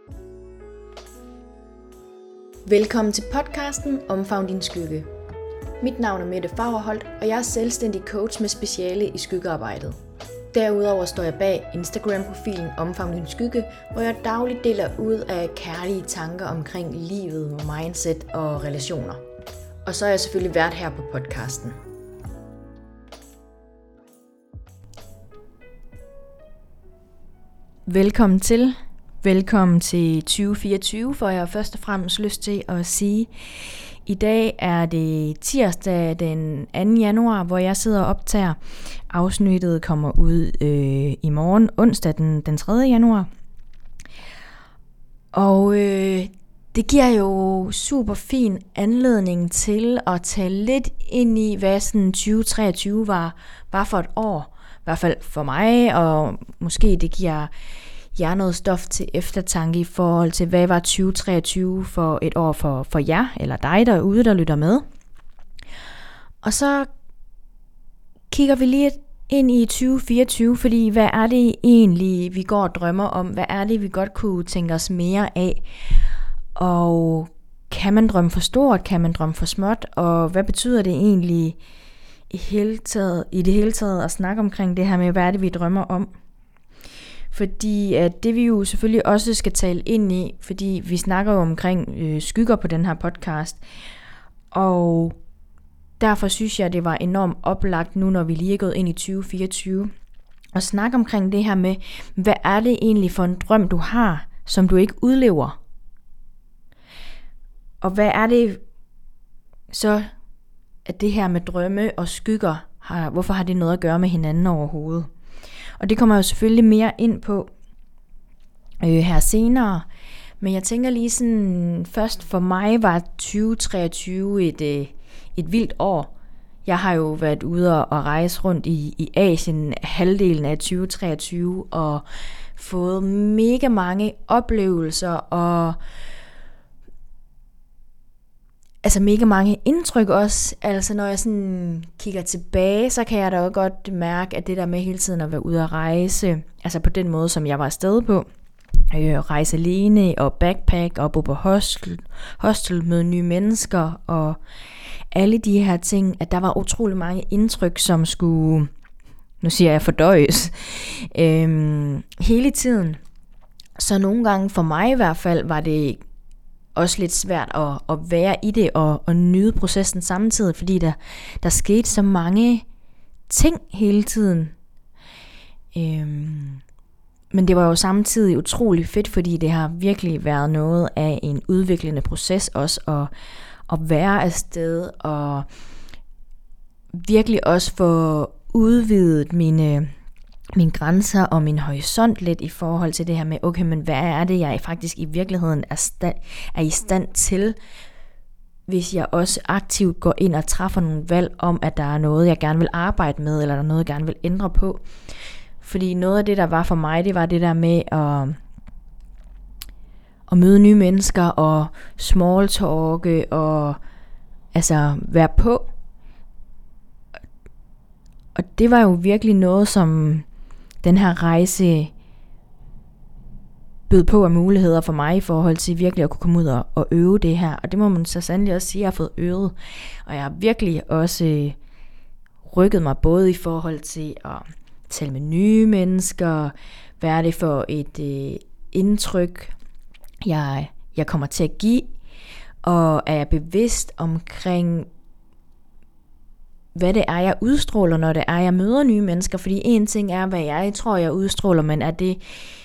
Velkommen til podcasten Omfavn din skygge. Mit navn er Mette Fagerholt, og jeg er selvstændig coach med speciale i skyggearbejdet. Derudover står jeg bag Instagram-profilen Omfavn din skygge, hvor jeg dagligt deler ud af kærlige tanker omkring livet, mindset og relationer. Og så er jeg selvfølgelig vært her på podcasten. Velkommen til 2024, for jeg har først og fremmest lyst til at sige. I dag er det tirsdag den 2. januar, hvor jeg sidder og optager. Afsnittet kommer ud i morgen, onsdag den 3. januar. Og det giver jo super fin anledning til at tale lidt ind i, hvad sådan 2023 var for et år. I hvert fald for mig, og måske det giver jer noget stof til eftertanke i forhold til, hvad var 2023 for et år for jer, eller dig derude, der lytter med. Og så kigger vi lige ind i 2024, fordi hvad er det egentlig, vi går og drømmer om? Hvad er det, vi godt kunne tænke os mere af? Og kan man drømme for stort? Kan man drømme for småt? Og hvad betyder det egentlig i det hele taget at snakke omkring det her med, hvad er det, vi drømmer om? Fordi at det vi jo selvfølgelig også skal tale ind i, fordi vi snakker jo omkring skygger på den her podcast, og derfor synes jeg, det var enormt oplagt nu, når vi lige er gået ind i 2024, at snakke omkring det her med, hvad er det egentlig for en drøm, du har, som du ikke udlever? Og hvad er det så, at det her med drømme og skygger, hvorfor har det noget at gøre med hinanden overhovedet? Og det kommer jeg jo selvfølgelig mere ind på her senere. Men jeg tænker lige sådan, først for mig var 2023 et vildt år. Jeg har jo været ude og rejse rundt i Asien halvdelen af 2023 og fået mega mange oplevelser og altså mega mange indtryk også. Altså når jeg sådan kigger tilbage, så kan jeg da også godt mærke, at det der med hele tiden at være ude at rejse, altså på den måde, som jeg var afsted på, rejse alene og backpack og bo på hostel, møde nye mennesker og alle de her ting, at der var utrolig mange indtryk, som skulle, nu siger jeg fordøjes, hele tiden. Så nogle gange for mig i hvert fald var det også lidt svært at være i det og nyde processen samtidig, fordi der skete så mange ting hele tiden. Men det var jo samtidig utrolig fedt, fordi det har virkelig været noget af en udviklende proces også at være afsted og virkelig også få udvidet mine grænser og min horisont lidt i forhold til det her med, okay, men hvad er det, jeg faktisk i virkeligheden er i stand til, hvis jeg også aktivt går ind og træffer nogle valg om, at der er noget, jeg gerne vil arbejde med, eller der er noget, jeg gerne vil ændre på. Fordi noget af det, der var for mig, det var det der med at møde nye mennesker og small talke og altså være på. Og det var jo virkelig noget, som den her rejse bød på af muligheder for mig i forhold til virkelig at kunne komme ud og øve det her. Og det må man så sandelig også sige, at jeg har fået øvet. Og jeg har virkelig også rykket mig både i forhold til at tale med nye mennesker. Hvad er det for et indtryk, jeg kommer til at give? Og er jeg bevidst omkring, hvad det er, jeg udstråler, når det er, jeg møder nye mennesker. Fordi en ting er, hvad jeg tror, jeg udstråler, men er det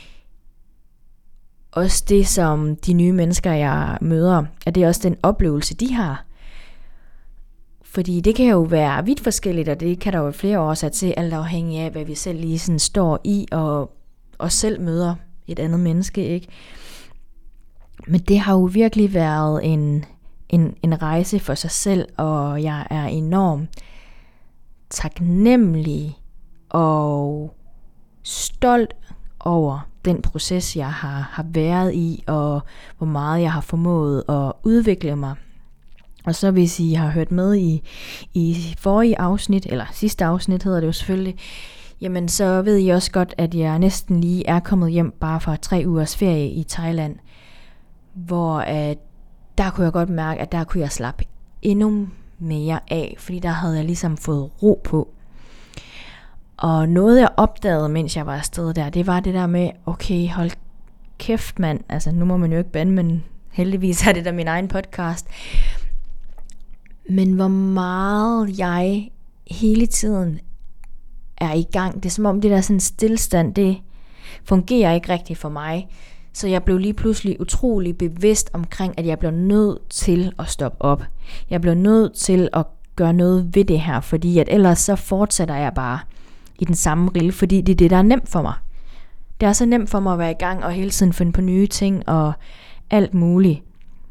også det, som de nye mennesker, jeg møder, er det også den oplevelse, de har? Fordi det kan jo være vidt forskelligt, og det kan der jo flere årsager til, alt afhængig af, hvad vi selv lige sådan står i, og selv møder et andet menneske, ikke? Men det har jo virkelig været en rejse for sig selv, og jeg er enormt taknemmelig og stolt over den proces, jeg har været i, og hvor meget jeg har formået at udvikle mig. Og så hvis I har hørt med i forrige afsnit, eller sidste afsnit hedder det jo selvfølgelig, jamen så ved I også godt, at jeg næsten lige er kommet hjem bare fra 3 ugers ferie i Thailand, hvor der kunne jeg godt mærke, at der kunne jeg slappe endnu mere af, fordi der havde jeg ligesom fået ro på. Og noget jeg opdagede, mens jeg var afsted der, det var det der med, okay, hold kæft mand, altså nu må man jo ikke bande, men heldigvis er det der min egen podcast. Men hvor meget jeg hele tiden er i gang. Det er som om det der sådan stillstand, det fungerer ikke rigtigt for mig. Så jeg blev lige pludselig utrolig bevidst omkring, at jeg blev nødt til at stoppe op. Jeg blev nødt til at gøre noget ved det her, fordi at ellers så fortsætter jeg bare i den samme rille, fordi det er det, der er nemt for mig. Det er så nemt for mig at være i gang og hele tiden finde på nye ting og alt muligt.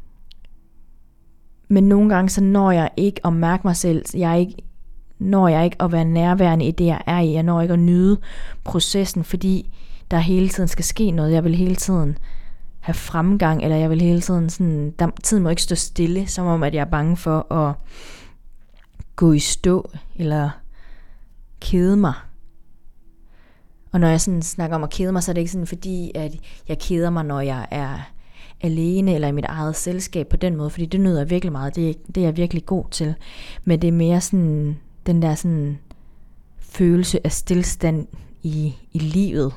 Men nogle gange så når jeg ikke at mærke mig selv. Når jeg ikke at være nærværende i det, jeg er i. Jeg når ikke at nyde processen, fordi der hele tiden skal ske noget. Jeg vil hele tiden have fremgang, eller jeg vil hele tiden sådan, tiden må ikke stå stille, som om at jeg er bange for at gå i stå, eller kede mig. Og når jeg sådan snakker om at kede mig, så er det ikke sådan fordi, at jeg keder mig, når jeg er alene, eller i mit eget selskab på den måde, fordi det nyder jeg virkelig meget, det er jeg virkelig god til. Men det er mere sådan, den der sådan følelse af stillstand i livet.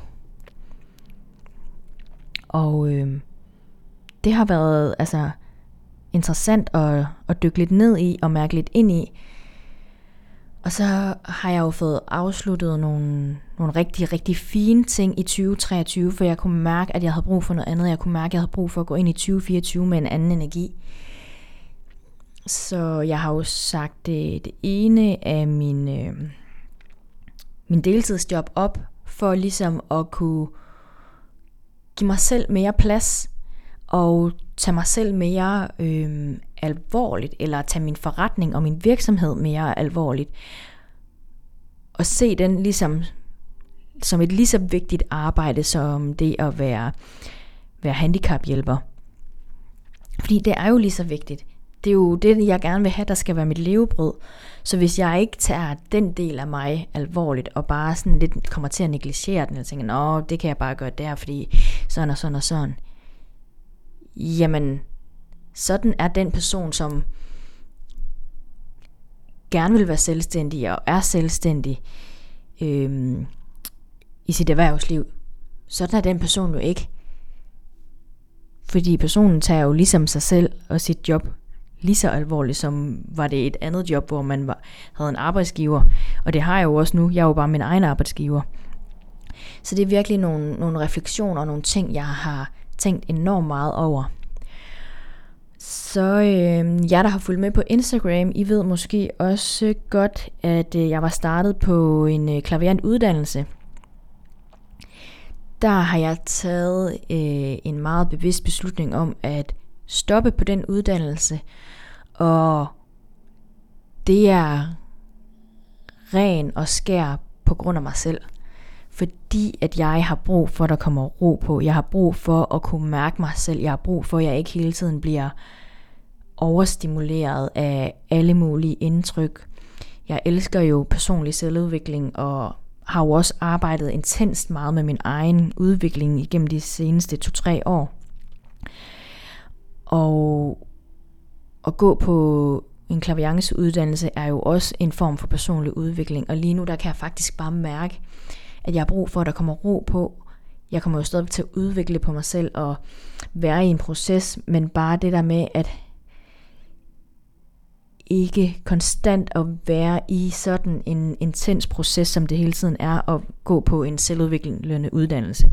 Og det har været altså interessant at dykke lidt ned i og mærke lidt ind i. Og så har jeg jo fået afsluttet nogle rigtig, rigtig fine ting i 2023, for jeg kunne mærke, at jeg havde brug for noget andet. Jeg kunne mærke, at jeg havde brug for at gå ind i 2024 med en anden energi. Så jeg har jo sagt det ene af min deltidsjob op, for ligesom at kunne give mig selv mere plads, og tage mig selv mere alvorligt, eller tage min forretning og min virksomhed mere alvorligt, og se den ligesom som et lige så vigtigt arbejde, som det at være handicaphjælper. Fordi det er jo lige så vigtigt. Det er jo det, jeg gerne vil have, der skal være mit levebrød. Så hvis jeg ikke tager den del af mig alvorligt, og bare sådan lidt kommer til at negligere den, og tænker, det kan jeg bare gøre der, fordi sådan og sådan og sådan. Jamen, sådan er den person, som gerne vil være selvstændig, og er selvstændig i sit erhvervsliv. Sådan er den person jo ikke. Fordi personen tager jo ligesom sig selv og sit job lige så alvorligt, som var det et andet job, hvor man havde en arbejdsgiver. Og det har jeg jo også nu. Jeg er jo bare min egen arbejdsgiver. Så det er virkelig nogle refleksioner og nogle ting, jeg har tænkt enormt meget over. Så jer, der har fulgt med på Instagram, I ved måske også godt, at jeg var startet på en klaverant uddannelse. Der har jeg taget en meget bevidst beslutning om at stoppe på den uddannelse. Og det er ren og skær på grund af mig selv. Fordi at jeg har brug for, at der kommer ro på. Jeg har brug for at kunne mærke mig selv. Jeg har brug for, at jeg ikke hele tiden bliver overstimuleret af alle mulige indtryk. Jeg elsker jo personlig selvudvikling, og har jo også arbejdet intenst meget med min egen udvikling igennem de seneste 2-3 år. Og at gå på en klavianceuddannelse er jo også en form for personlig udvikling. Og lige nu der kan jeg faktisk bare mærke, at jeg har brug for, at der kommer ro på. Jeg kommer jo stadig til at udvikle på mig selv og være i en proces, men bare det der med at ikke konstant at være i sådan en intens proces, som det hele tiden er at gå på en selvudviklende uddannelse.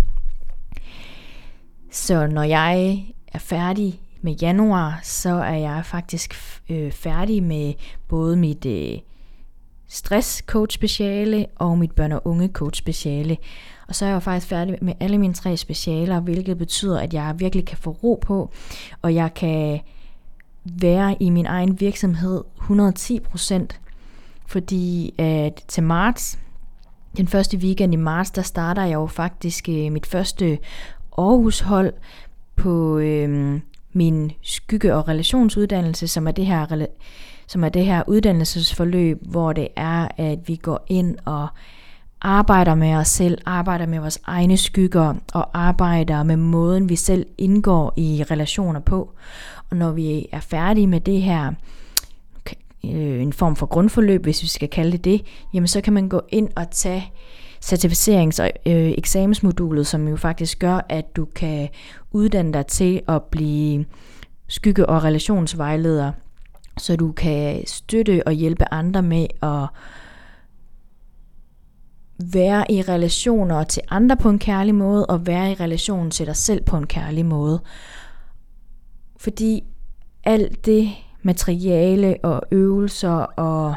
Så når jeg er færdig med januar, så er jeg faktisk færdig med både mit stress coach speciale og mit børn og unge coach speciale. Og så er jeg faktisk færdig med alle mine 3 specialer, hvilket betyder, at jeg virkelig kan få ro på, og jeg kan være i min egen virksomhed 110%, fordi at til marts, den første weekend i marts, der starter jeg jo faktisk mit første Aarhus-hold på min skygge- og relationsuddannelse, som er det her uddannelsesforløb, hvor det er, at vi går ind og arbejder med os selv, arbejder med vores egne skygger og arbejder med måden, vi selv indgår i relationer på. Og når vi er færdige med det her, en form for grundforløb, hvis vi skal kalde det, jamen så kan man gå ind og tage certificerings- og eksamensmodulet, som jo faktisk gør, at du kan uddanne dig til at blive skygge- og relationsvejleder, så du kan støtte og hjælpe andre med at være i relationer til andre på en kærlig måde, og være i relation til dig selv på en kærlig måde. Fordi alt det materiale og øvelser og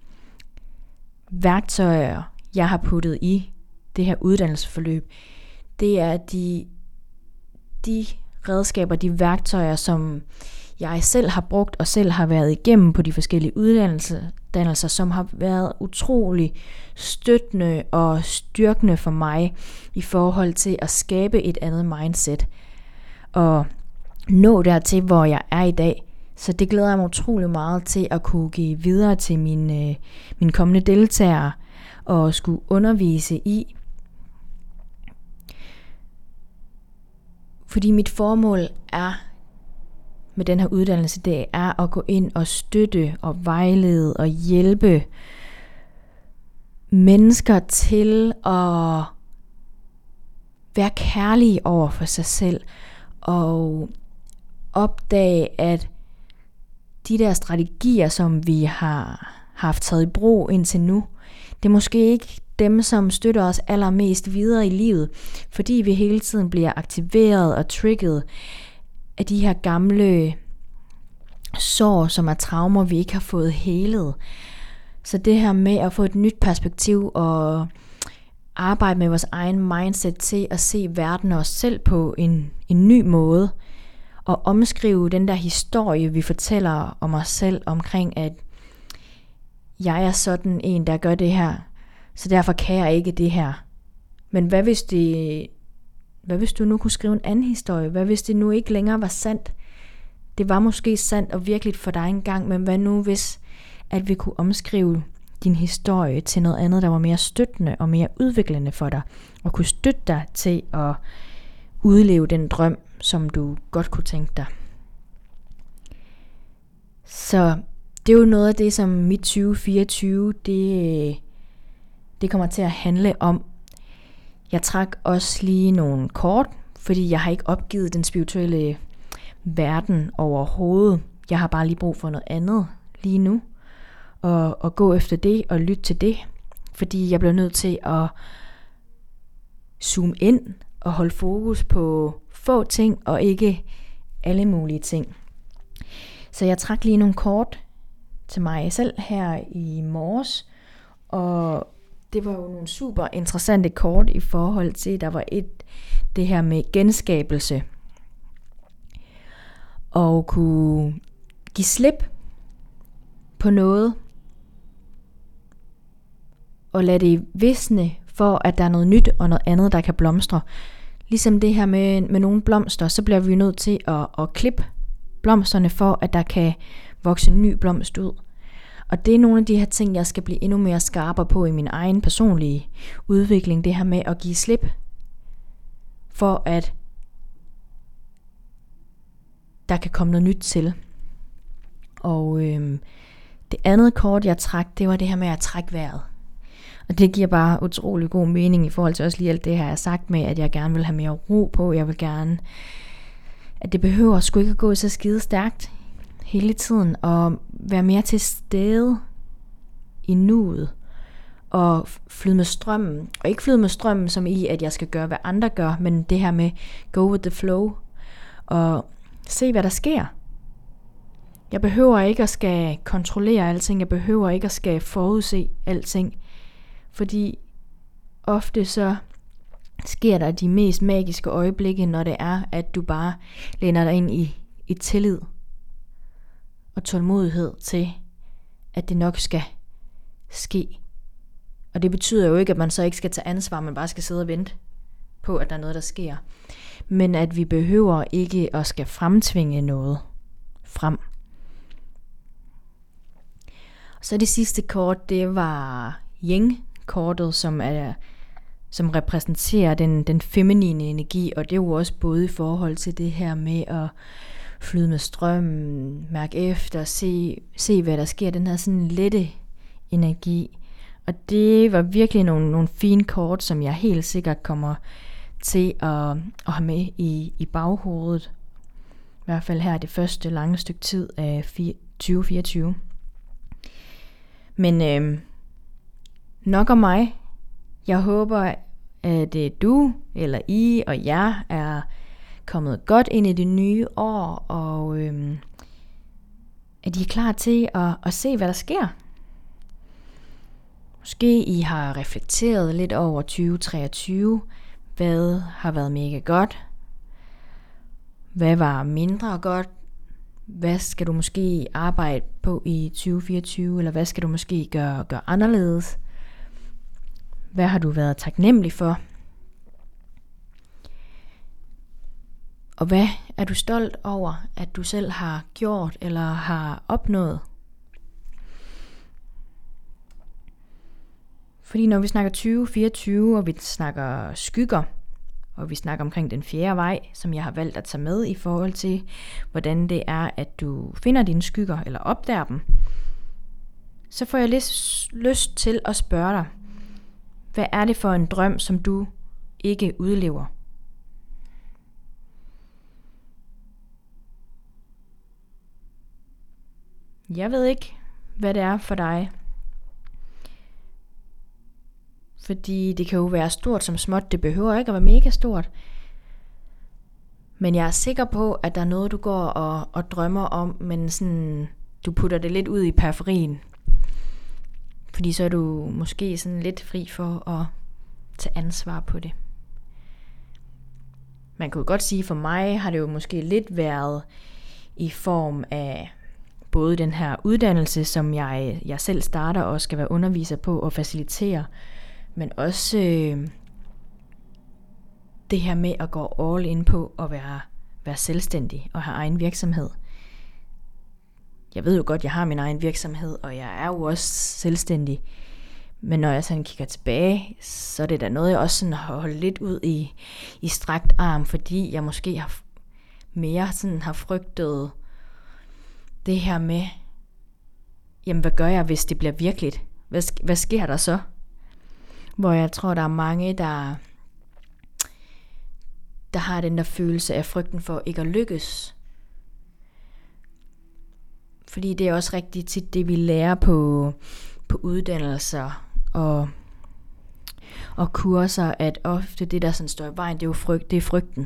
værktøjer, jeg har puttet i det her uddannelsesforløb, det er de redskaber, de værktøjer, som jeg selv har brugt og selv har været igennem på de forskellige uddannelser, som har været utrolig støttende og styrkende for mig i forhold til at skabe et andet mindset og nå dertil, hvor jeg er i dag. Så det glæder jeg mig utrolig meget til at kunne give videre til mine kommende deltagere og skulle undervise i. Fordi mit formål er med den her uddannelse, det er at gå ind og støtte og vejlede og hjælpe mennesker til at være kærlige over for sig selv og opdage, at de der strategier, som vi har haft taget i brug indtil nu, det er måske ikke dem, som støtter os allermest videre i livet, fordi vi hele tiden bliver aktiveret og trigget af de her gamle sår, som er traumer, vi ikke har fået helet. Så det her med at få et nyt perspektiv og arbejde med vores egen mindset til at se verden og os selv på en ny måde, og omskrive den der historie, vi fortæller om os selv, omkring at jeg er sådan en, der gør det her, så derfor kan jeg ikke det her. Men hvad hvis du nu kunne skrive en anden historie? Hvad hvis det nu ikke længere var sandt? Det var måske sandt og virkeligt for dig engang, men hvad nu hvis, at vi kunne omskrive din historie til noget andet, der var mere støttende og mere udviklende for dig, og kunne støtte dig til at udleve den drøm, som du godt kunne tænke dig. Så det er jo noget af det, som mit 2024, det kommer til at handle om. Jeg trak også lige nogle kort, fordi jeg har ikke opgivet den spirituelle verden overhovedet. Jeg har bare lige brug for noget andet lige nu. Og gå efter det og lytte til det. Fordi jeg bliver nødt til at zoome ind og holde fokus på få ting og ikke alle mulige ting. Så jeg trak lige nogle kort til mig selv her i morges. Og det var jo nogle super interessante kort i forhold til, der var det her med genskabelse. Og kunne give slip på noget. Og lade det visne for, at der er noget nyt og noget andet, der kan blomstre. Ligesom det her med nogle blomster, så bliver vi nødt til at klippe blomsterne for, at der kan vokse en ny blomst ud. Og det er nogle af de her ting, jeg skal blive endnu mere skarpere på i min egen personlige udvikling. Det her med at give slip, for at der kan komme noget nyt til. Og det andet kort, jeg trak, det var det her med at trække vejret. Og det giver bare utrolig god mening i forhold til også lige alt det her, jeg har sagt med, at jeg gerne vil have mere ro på. Jeg vil gerne, at det behøver sgu ikke at gå så skide stærkt hele tiden, og være mere til stede i nuet, og flyde med strømmen. Og ikke flyde med strømmen som i, at jeg skal gøre, hvad andre gør, men det her med go with the flow, og se, hvad der sker. Jeg behøver ikke at skal kontrollere alting, jeg behøver ikke at skal forudse alting, fordi ofte så sker der de mest magiske øjeblikke, når det er, at du bare læner dig ind i tillid og tålmodighed til, at det nok skal ske. Og det betyder jo ikke, at man så ikke skal tage ansvar, man bare skal sidde og vente på, at der er noget, der sker. Men at vi behøver ikke at skal fremtvinge noget frem. Så det sidste kort, det var Yang kortet, som repræsenterer den feminine energi, og det er jo også både i forhold til det her med at flyde med strømmen, mærke efter, se hvad der sker, den her sådan lette energi. Og det var virkelig nogle fine kort, som jeg helt sikkert kommer til at have med i baghovedet. I hvert fald her det første lange stykke tid af 2024. Men nok om mig. Jeg håber, at du eller I og jeg er kommet godt ind i det nye år, og at I er klar til at se, hvad der sker. Måske I har reflekteret lidt over 2023. Hvad har været mega godt? Hvad var mindre godt? Hvad skal du måske arbejde på i 2024? Eller hvad skal du måske gøre anderledes? Hvad har du været taknemmelig for? Og hvad er du stolt over, at du selv har gjort eller har opnået? Fordi når vi snakker 2024, og vi snakker skygger, og vi snakker omkring den 4. vej, som jeg har valgt at tage med i forhold til, hvordan det er, at du finder dine skygger, eller opdager dem, så får jeg lyst til at spørge dig, hvad er det for en drøm, som du ikke udlever? Jeg ved ikke, hvad det er for dig. Fordi det kan jo være stort som småt. Det behøver ikke at være mega stort. Men jeg er sikker på, at der er noget, du går og drømmer om, men sådan, du putter det lidt ud i periferien. Fordi så er du måske sådan lidt fri for at tage ansvar på det. Man kunne godt sige, for mig har det jo måske lidt været i form af både den her uddannelse, som jeg selv starter og skal være underviser på og facilitere, men også det her med at gå all in på at være selvstændig og have egen virksomhed. Jeg ved jo godt, jeg har min egen virksomhed, og jeg er jo også selvstændig. Men når jeg sådan kigger tilbage, så er det da noget, jeg også sådan har holdt lidt ud i strakt arm, fordi jeg måske har frygtet det her med, jamen hvad gør jeg, hvis det bliver virkeligt? Hvad sker der så? Hvor jeg tror, der er mange, der har den der følelse af frygten for ikke at lykkes. Fordi det er også rigtig tit det, vi lærer på uddannelser og kurser, at ofte det, der sådan står i vejen, det er frygten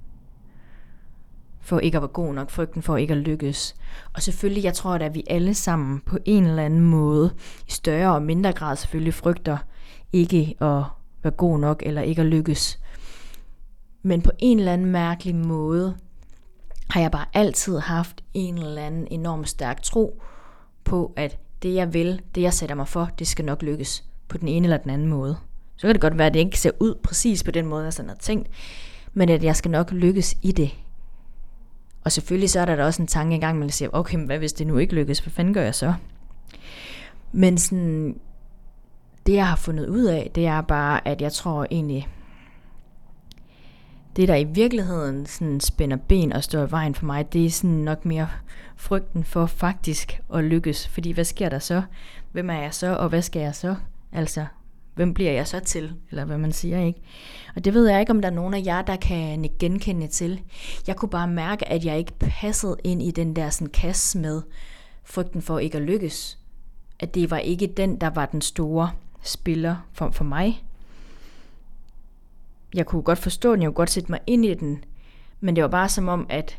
for ikke at være god nok, frygten for ikke at lykkes. Og selvfølgelig, jeg tror, at vi alle sammen på en eller anden måde, i større og mindre grad selvfølgelig, frygter ikke at være god nok, eller ikke at lykkes. Men på en eller anden mærkelig måde, har jeg bare altid haft en eller anden enormt stærk tro på, at det jeg vil, det jeg sætter mig for, det skal nok lykkes på den ene eller den anden måde. Så kan det godt være, at det ikke ser ud præcis på den måde, jeg sådan har tænkt, men at jeg skal nok lykkes i det. Og selvfølgelig så er der da også en tanke engang, man siger, okay, men hvad hvis det nu ikke lykkes, hvad fanden gør jeg så? Men sådan, det jeg har fundet ud af, det er bare, at jeg tror egentlig, det der i virkeligheden sådan spænder ben og står i vejen for mig, det er sådan nok mere frygten for faktisk at lykkes. Fordi hvad sker der så? Hvem er jeg så, og hvad skal jeg så? Altså, hvem bliver jeg så til? Eller hvad man siger, ikke? Og det ved jeg ikke, om der er nogen af jer, der kan genkende til. Jeg kunne bare mærke, at jeg ikke passede ind i den der sådan kasse med frygten for ikke at lykkes. At det var ikke den, der var den store spiller for mig. Jeg kunne godt forstå den, jeg kunne godt sætte mig ind i den, men det var bare som om, at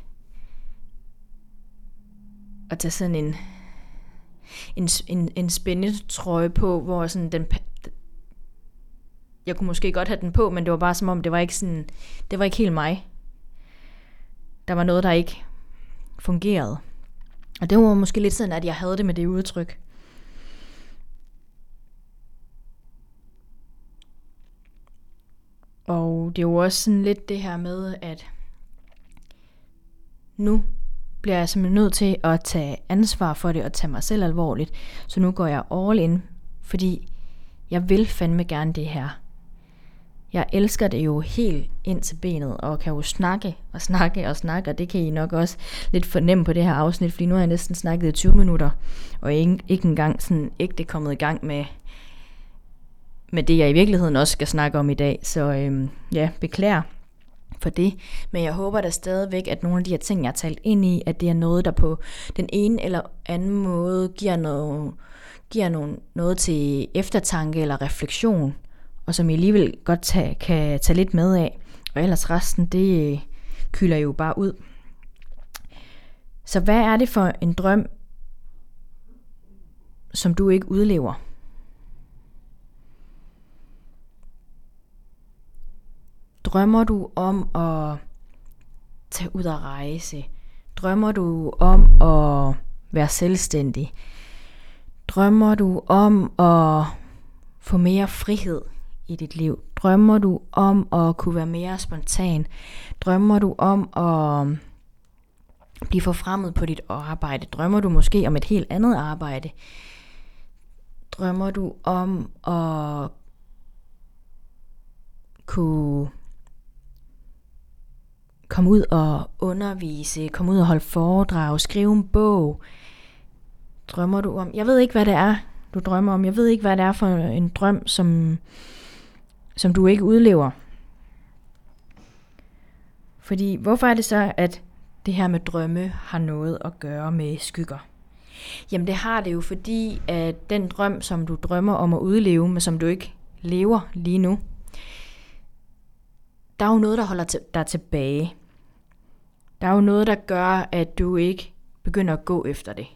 tage sådan en spændetrøje på, hvor sådan den, jeg kunne måske godt have den på, men det var bare som om, det var ikke helt mig. Der var noget, der ikke fungerede. Og det var måske lidt sådan, at jeg havde det med det udtryk. Og det er jo også sådan lidt det her med, at nu bliver jeg simpelthen nødt til at tage ansvar for det og tage mig selv alvorligt. Så nu går jeg all in, fordi jeg vil fandme gerne det her. Jeg elsker det jo helt ind til benet, og kan jo snakke, og det kan I nok også lidt fornemme på det her afsnit, fordi nu har jeg næsten snakket i 20 minutter, og ikke engang sådan ægte kommet i gang med det, jeg i virkeligheden også skal snakke om i dag. Så beklager for det, men jeg håber da stadigvæk, at nogle af de her ting, jeg har talt ind i, at det er noget, der på den ene eller anden måde giver noget til eftertanke eller refleksion, og som I alligevel godt kan tage lidt med af, og ellers resten, det kylder jo bare ud. Så hvad er det for en drøm, som du ikke udlever? Drømmer du om at tage ud og rejse? Drømmer du om at være selvstændig? Drømmer du om at få mere frihed i dit liv? Drømmer du om at kunne være mere spontan? Drømmer du om at blive forfremmet på dit arbejde? Drømmer du måske om et helt andet arbejde? Drømmer du om at kunne komme ud og undervise, komme ud og holde foredrag, skrive en bog? Drømmer du om, jeg ved ikke hvad det er, du drømmer om. Jeg ved ikke hvad det er for en drøm, som du ikke udlever. Fordi hvorfor er det så, at det her med drømme har noget at gøre med skygger? Jamen det har det jo, fordi at den drøm, som du drømmer om at udleve, men som du ikke lever lige nu, der er jo noget, der holder dig tilbage. Der er jo noget, der gør, at du ikke begynder at gå efter det.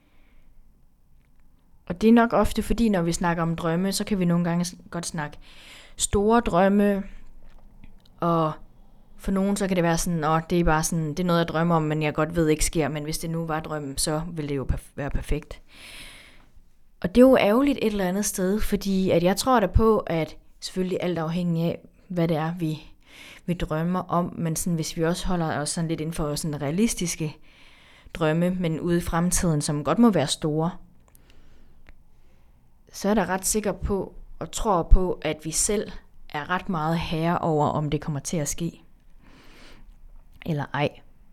Og det er nok ofte, fordi når vi snakker om drømme, så kan vi nogle gange godt snakke store drømme, og for nogen så kan det være sådan, det er bare sådan, det er noget jeg drømmer om, men jeg godt ved ikke sker, men hvis det nu var drømmen, så ville det jo være perfekt. Og det er jo ærgerligt et eller andet sted, fordi at jeg tror da på, at selvfølgelig alt afhængig af, hvad det er, vi drømmer om, men sådan, hvis vi også holder os sådan lidt inden for sådan realistiske drømme, men ude i fremtiden, som godt må være store, så er jeg da ret sikker på og tror på, at vi selv er ret meget herre over, om det kommer til at ske. Eller ej.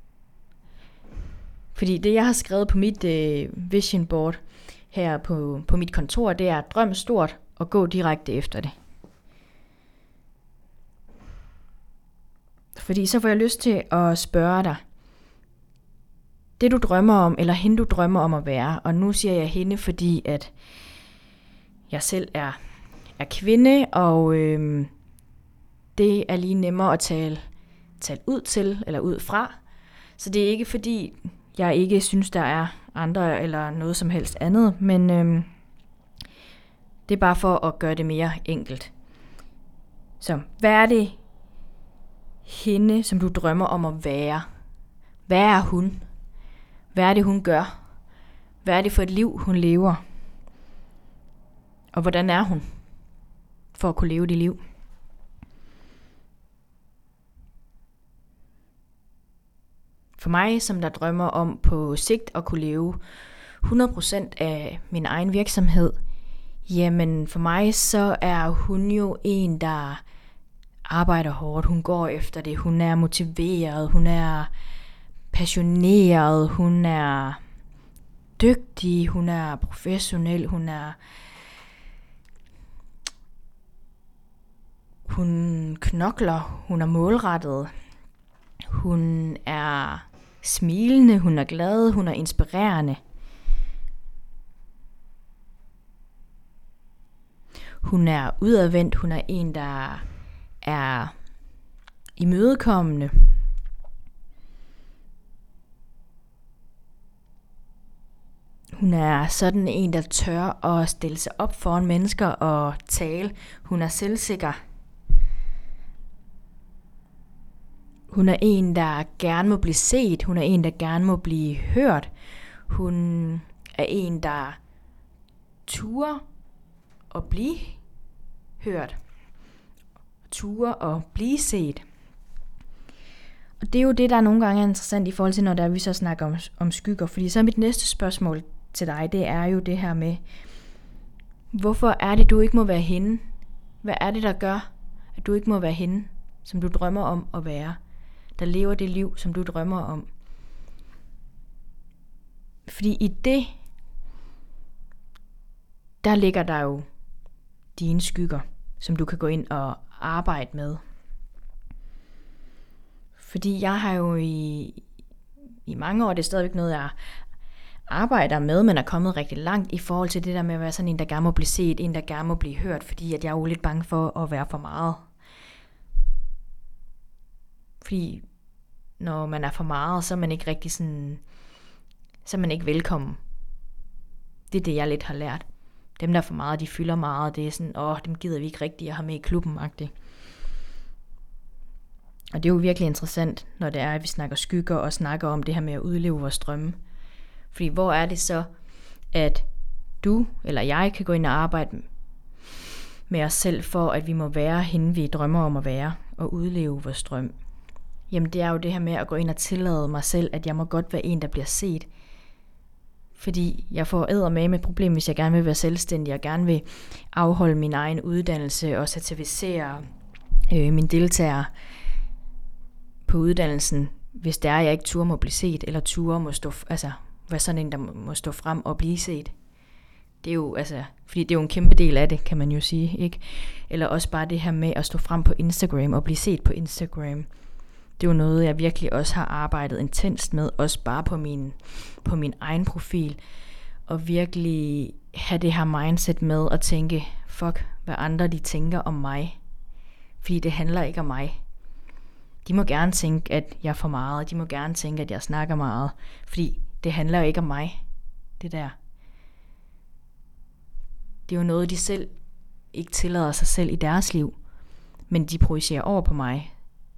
Fordi det, jeg har skrevet på mit vision board her på mit kontor, det er drøm stort og gå direkte efter det. Fordi så får jeg lyst til at spørge dig, det du drømmer om, eller hende du drømmer om at være, og nu siger jeg hende, fordi at jeg selv er kvinde, og det er lige nemmere at tale ud til, eller ud fra. Så det er ikke fordi, jeg ikke synes, der er andre, eller noget som helst andet, men det er bare for at gøre det mere enkelt. Så hvad er det hende, som du drømmer om at være? Hvad er hun? Hvad er det, hun gør? Hvad er det for et liv, hun lever? Og hvordan er hun for at kunne leve det liv? For mig, som der drømmer om på sigt at kunne leve 100% af min egen virksomhed, jamen for mig så er hun jo en, der arbejder hårdt. Hun går efter det. Hun er motiveret. Hun er passioneret. Hun er dygtig. Hun er professionel. Hun knokler. Hun er målrettet. Hun er smilende. Hun er glad. Hun er inspirerende. Hun er udadvendt. Hun er en, der er imødekommende. Hun er sådan en, der tør at stille sig op foran mennesker og tale. Hun er selvsikker. Hun er en, der gerne må blive set. Hun er en, der gerne må blive hørt. Hun er en, der turer at blive hørt. Turer og blive set. Og det er jo det, der nogle gange er interessant i forhold til, når der vi så snakker om skygger. Fordi så er mit næste spørgsmål til dig, det er jo det her med, Hvorfor er det, du ikke må være hende? Hvad er det, der gør, at du ikke må være hende, som du drømmer om at være? Der lever det liv, som du drømmer om. Fordi i det, der ligger der jo dine skygger, som du kan gå ind og arbejde med. Fordi jeg har jo i mange år, det er stadigvæk noget, jeg arbejder med, men er kommet rigtig langt i forhold til det der med at være sådan en, der gerne må blive set, en, der gerne må blive hørt, fordi at jeg er jo lidt bange for at være for meget. Fordi når man er for meget, så er man ikke rigtig sådan, så er man ikke velkommen. Det er det, jeg lidt har lært. Dem, der er for meget, de fylder meget, det er sådan, dem gider vi ikke rigtig at have med i klubben-agtigt. Og det er jo virkelig interessant, når det er, at vi snakker skygger og snakker om det her med at udleve vores drømme. Fordi hvor er det så, at du eller jeg kan gå ind og arbejde med os selv, for at vi må være hende, vi drømmer om at være, og udleve vores drøm? Jamen det er jo det her med at gå ind og tillade mig selv, at jeg må godt være en, der bliver set. Fordi jeg får eddermame et problem, hvis jeg gerne vil være selvstændig, og gerne vil afholde min egen uddannelse og certificere mine deltagere på uddannelsen, hvis det er, at jeg ikke turde må blive set, eller turde må stå, være sådan en, der må stå frem og blive set. Det er jo, fordi det er jo en kæmpe del af det, kan man jo sige, ikke? Eller også bare det her med at stå frem på Instagram og blive set på Instagram. Det er jo noget, jeg virkelig også har arbejdet intenst med, også bare på min egen profil, og virkelig have det her mindset med at tænke, fuck, hvad andre de tænker om mig. Fordi det handler ikke om mig. De må gerne tænke, at jeg er for meget, de må gerne tænke, at jeg snakker meget, fordi det handler jo ikke om mig, det der. Det er jo noget, de selv ikke tillader sig selv i deres liv, men de projicerer over på mig.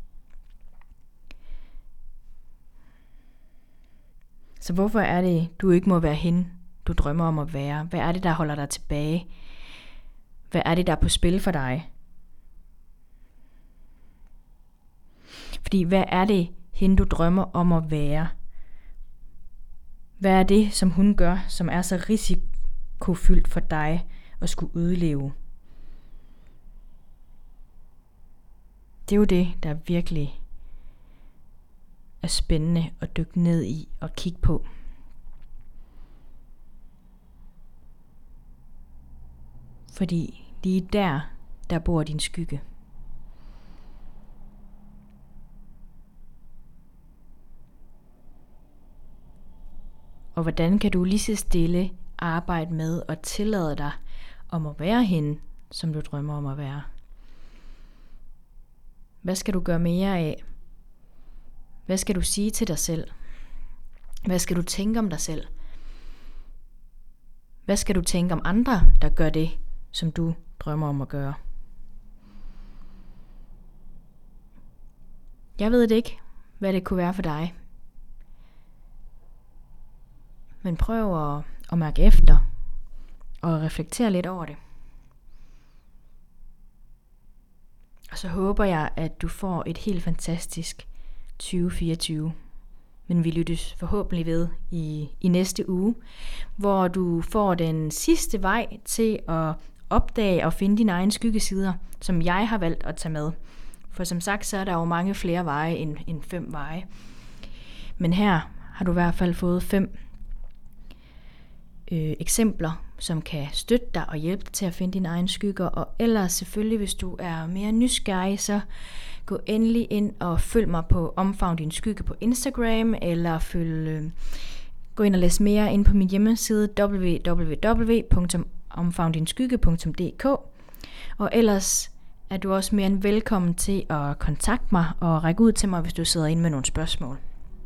Så hvorfor er det, du ikke må være hende, du drømmer om at være? Hvad er det, der holder dig tilbage? Hvad er det, der er på spil for dig? Fordi hvad er det, hende du drømmer om at være? Hvad er det, som hun gør, som er så risikofyldt for dig at skulle udleve? Det er jo det, der virkelig er spændende at dykke ned i og kigge på. Fordi lige der bor din skygge. Og hvordan kan du lige så stille arbejde med at tillade dig om at være hende, som du drømmer om at være? Hvad skal du gøre mere af? Hvad skal du sige til dig selv? Hvad skal du tænke om dig selv? Hvad skal du tænke om andre, der gør det, som du drømmer om at gøre? Jeg ved det ikke, hvad det kunne være for dig. Men prøv at mærke efter og reflektere lidt over det. Og så håber jeg, at du får et helt fantastisk 2024. Men vi lyttes forhåbentlig ved i næste uge, hvor du får den sidste vej til at opdage og finde dine egne skyggesider, som jeg har valgt at tage med. For som sagt, så er der jo mange flere veje end 5 veje. Men her har du i hvert fald fået 5 eksempler, som kan støtte dig og hjælpe dig til at finde dine egne skygger. Og ellers selvfølgelig, hvis du er mere nysgerrig, så gå endelig ind og følg mig på Omfavn din skygge på Instagram, eller gå ind og læs mere ind på min hjemmeside www.omfavndinskygge.dk. Og ellers er du også mere end velkommen til at kontakte mig og række ud til mig, hvis du sidder inde med nogle spørgsmål.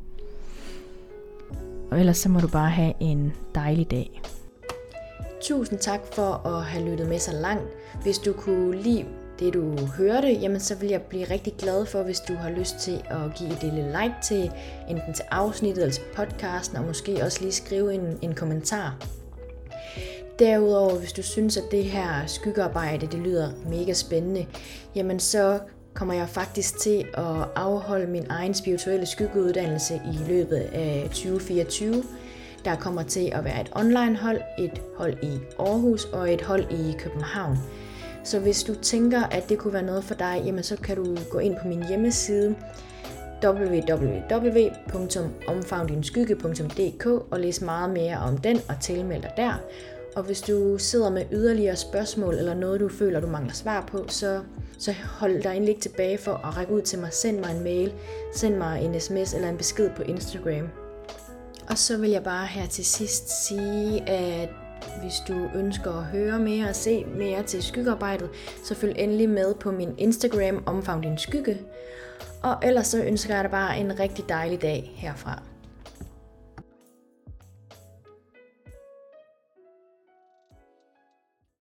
Og ellers så må du bare have en dejlig dag. Tusind tak for at have lyttet med så langt. Hvis du kunne lide det, du hørte, jamen så vil jeg blive rigtig glad for, hvis du har lyst til at give et lille like til, enten til afsnittet eller til podcasten, og måske også lige skrive en kommentar. Derudover, hvis du synes, at det her skyggearbejde, det lyder mega spændende, jamen så kommer jeg faktisk til at afholde min egen spirituelle skyggeuddannelse i løbet af 2024. Der kommer til at være et online-hold, et hold i Aarhus og et hold i København. Så hvis du tænker, at det kunne være noget for dig, jamen så kan du gå ind på min hjemmeside www.omfavndinskygge.dk og læse meget mere om den og tilmelde dig der. Og hvis du sidder med yderligere spørgsmål eller noget, du føler, du mangler svar på, så hold dig endelig ikke tilbage for at række ud til mig. Send mig en mail, send mig en sms eller en besked på Instagram. Og så vil jeg bare her til sidst sige, at hvis du ønsker at høre mere og se mere til skyggearbejdet, så følg endelig med på min Instagram, Omfavn din skygge. Og ellers så ønsker jeg dig bare en rigtig dejlig dag herfra.